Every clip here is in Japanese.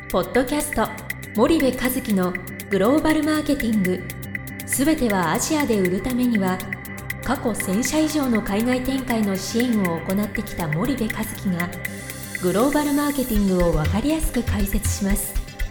ポッドキャスト森部一樹のグローバルマーケティング、すべてはアジアで売るためには、過去1000社以上の海外展開の支援を行ってきた森部一樹がグローバルマーケティングを分かりやすく解説します。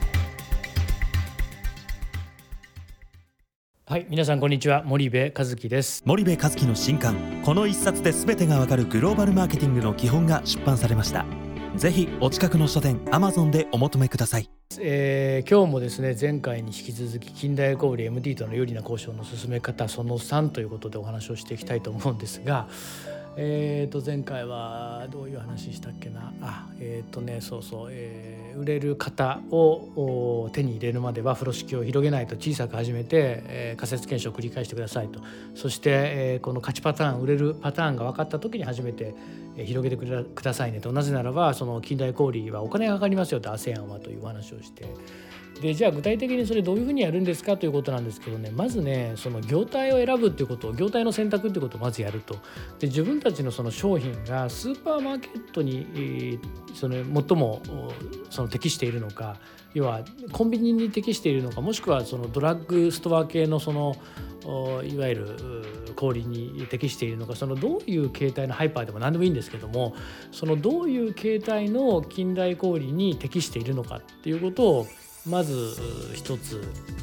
はい、皆さんこんにちは。森部一樹です。 森部一樹の新刊、この一冊で全てがわかるグローバルマーケティングの基本が出版されました。ぜひお近くの書店 Amazon でお求めください。 今日もですね、前回に引き続き近代小売 MD との有利な交渉の進め方その3ということでお話をしていきたいと思うんですが、前回はどういう話したっけな。売れる方を手に入れるまでは風呂敷を広げないと小さく始めて、仮説検証を繰り返してくださいと。そして、この勝ちパターン、売れるパターンが分かった時に初めて広げてくださいねと。なぜならばその近代小売はお金がかかりますよと、 ASEAN はというお話をして、でじゃあ具体的にそれどういうふうにやるんですかということなんですけどね、まずね、その業態を選ぶっていうことを、業態の選択っていうことをまずやると。で自分たちのその商品がスーパーマーケットにその最もその適しているのか、要はコンビニに適しているのか、もしくはそのドラッグストア系のそのいわゆる小売に適しているのか、そのどういう形態のハイパーでも何でもいいんですけども、そのどういう形態の近代小売に適しているのかっていうことをまず一つ、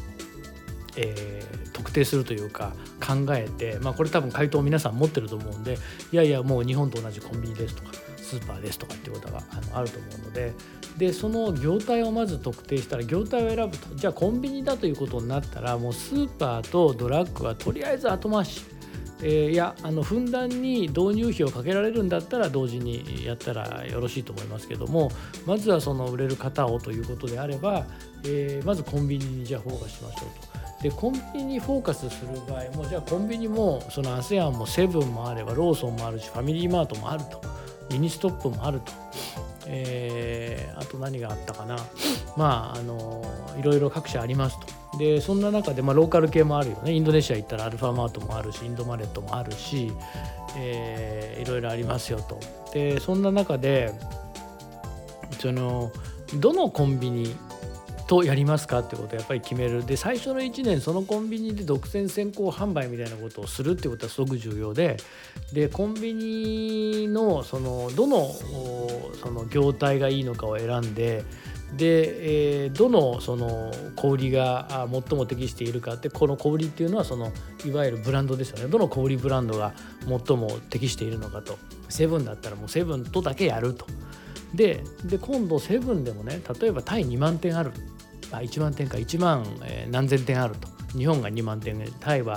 特定するというか考えて、これ多分回答を皆さん持ってると思うんで、いやいやもう日本と同じコンビニですとかスーパーですとかっていうことがあると思うので、その業態をまず特定したら業態を選ぶと。じゃあコンビニだということになったら、もうスーパーとドラッグはとりあえず後回し、ふんだんに導入費をかけられるんだったら同時にやったらよろしいと思いますけども、まずはその売れる方をということであれば、まずコンビニにじゃあフォーカスしましょうと。でコンビニにフォーカスする場合も、じゃあコンビニもその ASEAN もセブンもあればローソンもあるし、ファミリーマートもあると、ミニストップもあると、あと何があったかな、いろいろ各社ありますと。でそんな中で、ローカル系もあるよね。インドネシア行ったらアルファマートもあるし、インドマレットもあるし、いろいろありますよと。でそんな中でどのコンビニとやりますかってことをやっぱり決める。で最初の1年そのコンビニで独占先行販売みたいなことをするってことはすごく重要で、コンビニのそのどのその業態がいいのかを選んで、どのその小売が最も適しているかって、この小売っていうのはそのいわゆるブランドですよね。どの小売ブランドが最も適しているのかと。セブンだったらもうセブンとだけやると。で今度セブンでもね、例えばタイ2万店ある、1万店か1万何千店あると。日本が2万店、タイは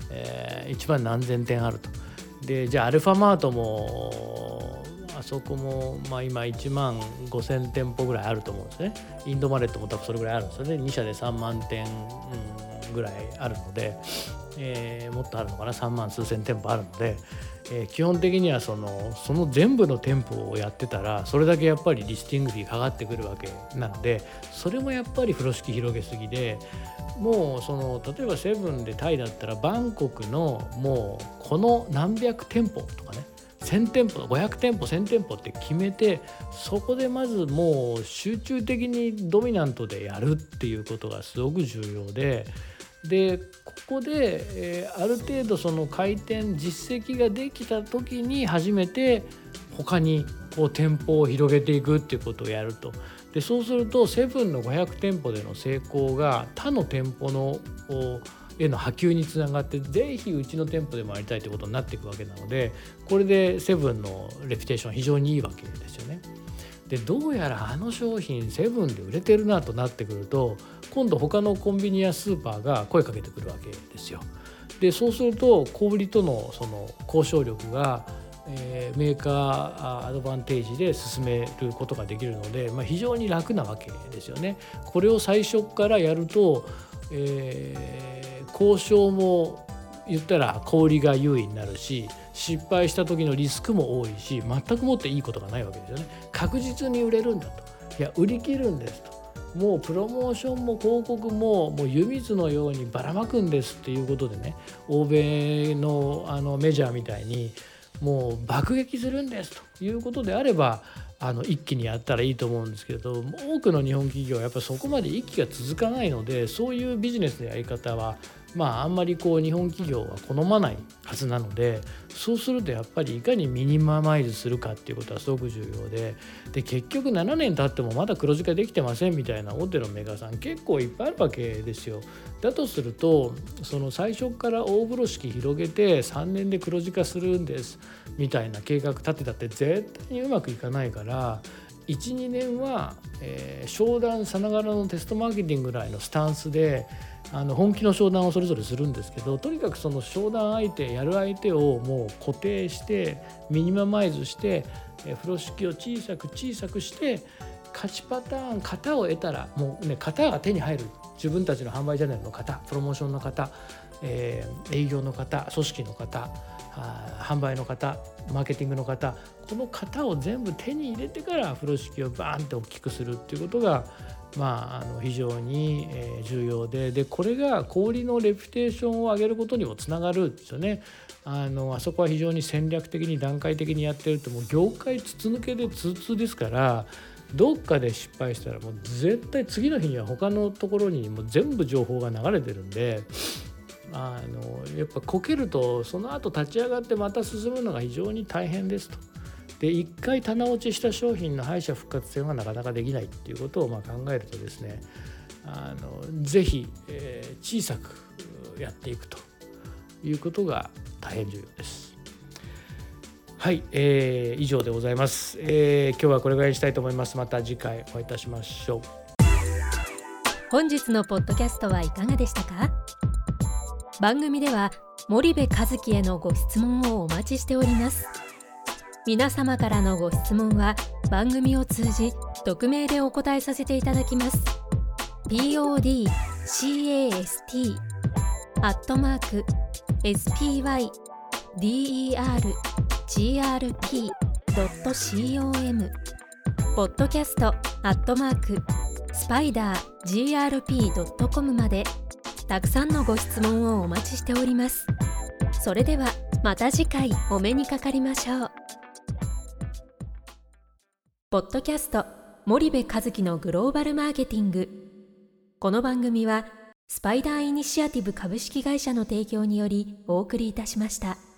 1万何千店あると。でじゃあアルファマートもあそこも今1万5000店舗ぐらいあると思うんですね。インドマレットも多分それぐらいあるんですよね。2社で3万店ぐらいあるので、もっとあるのかな、3万数千店舗あるので、基本的にはその全部の店舗をやってたらそれだけやっぱりリスティング費かかってくるわけなので、それもやっぱり風呂敷広げすぎで、もう例えばセブンでタイだったらバンコクのもうこの何百店舗とかね、1000店舗500店舗1000店舗って決めて、そこでまずもう集中的にドミナントでやるっていうことがすごく重要で、ここで、ある程度その回転実績ができた時に初めて他にこう店舗を広げていくっていうことをやると。でそうするとセブンの500店舗での成功が他の店舗のへの波及につながって、ぜひうちの店舗でもやりたいということになっていくわけなので、これでセブンのレピュテーション非常にいいわけですよね。でどうやらあの商品セブンで売れてるなとなってくると、今度他のコンビニやスーパーが声かけてくるわけですよ。でそうすると小売とのその交渉力が、メーカーアドバンテージで進めることができるので、非常に楽なわけですよね。これを最初からやると、交渉も言ったら小売が優位になるし、失敗した時のリスクも多いし、全くもっていいことがないわけですよね。確実に売れるんだと。いや売り切るんですと。もうプロモーションも広告も湯水のようにばらまくんですっていうことでね、欧米のメジャーみたいにもう爆撃するんですということであれば一気にやったらいいと思うんですけれど、多くの日本企業はやっぱりそこまで一気が続かないので、そういうビジネスのやり方はあんまり日本企業は好まないはずなので、そうするとやっぱりいかにミニマイズするかっていうことはすごく重要で、結局7年経ってもまだ黒字化できてませんみたいな大手のメーカーさん結構いっぱいあるわけですよ。だとするとその最初から大風呂敷広げて3年で黒字化するんですみたいな計画立てたって絶対にうまくいかないから、1、2年は、商談さながらのテストマーケティングぐらいのスタンスで本気の商談をそれぞれするんですけど、とにかくその商談相手やる相手をもう固定してミニマイズして風呂敷を小さくして勝ちパターン型を得たらもうね、型が手に入る、自分たちの販売チャンネルの型、プロモーションの型、営業の型、組織の型、販売の型、マーケティングの型、この型を全部手に入れてから風呂敷をバーンって大きくするっていうことが非常に重要で、これが小売りのレピュテーションを上げることにもつながるんですよね。あそこは非常に戦略的に段階的にやってると、もう業界筒抜けで通ですから、どっかで失敗したらもう絶対次の日には他のところにもう全部情報が流れてるんで、やっぱこけるとその後立ち上がってまた進むのが非常に大変ですと。で1回棚落ちした商品の敗者復活戦はなかなかできないっていうことを考えるとですね、ぜひ、小さくやっていくということが大変重要です。はい、以上でございます。今日はこれぐらいにしたいと思います。また次回お会いいたしましょう。 本日のポッドキャストはいかがでしたか？番組では森部一樹へのご質問をお待ちしております。皆様からのご質問は番組を通じ匿名でお答えさせていただきます。podcast@spydergrp.com podcast@spidergrp.com までたくさんのご質問をお待ちしております。それではまた次回お目にかかりましょう。ポッドキャスト森部一樹のグローバルマーケティング。この番組はスパイダーイニシアティブ株式会社の提供によりお送りいたしました。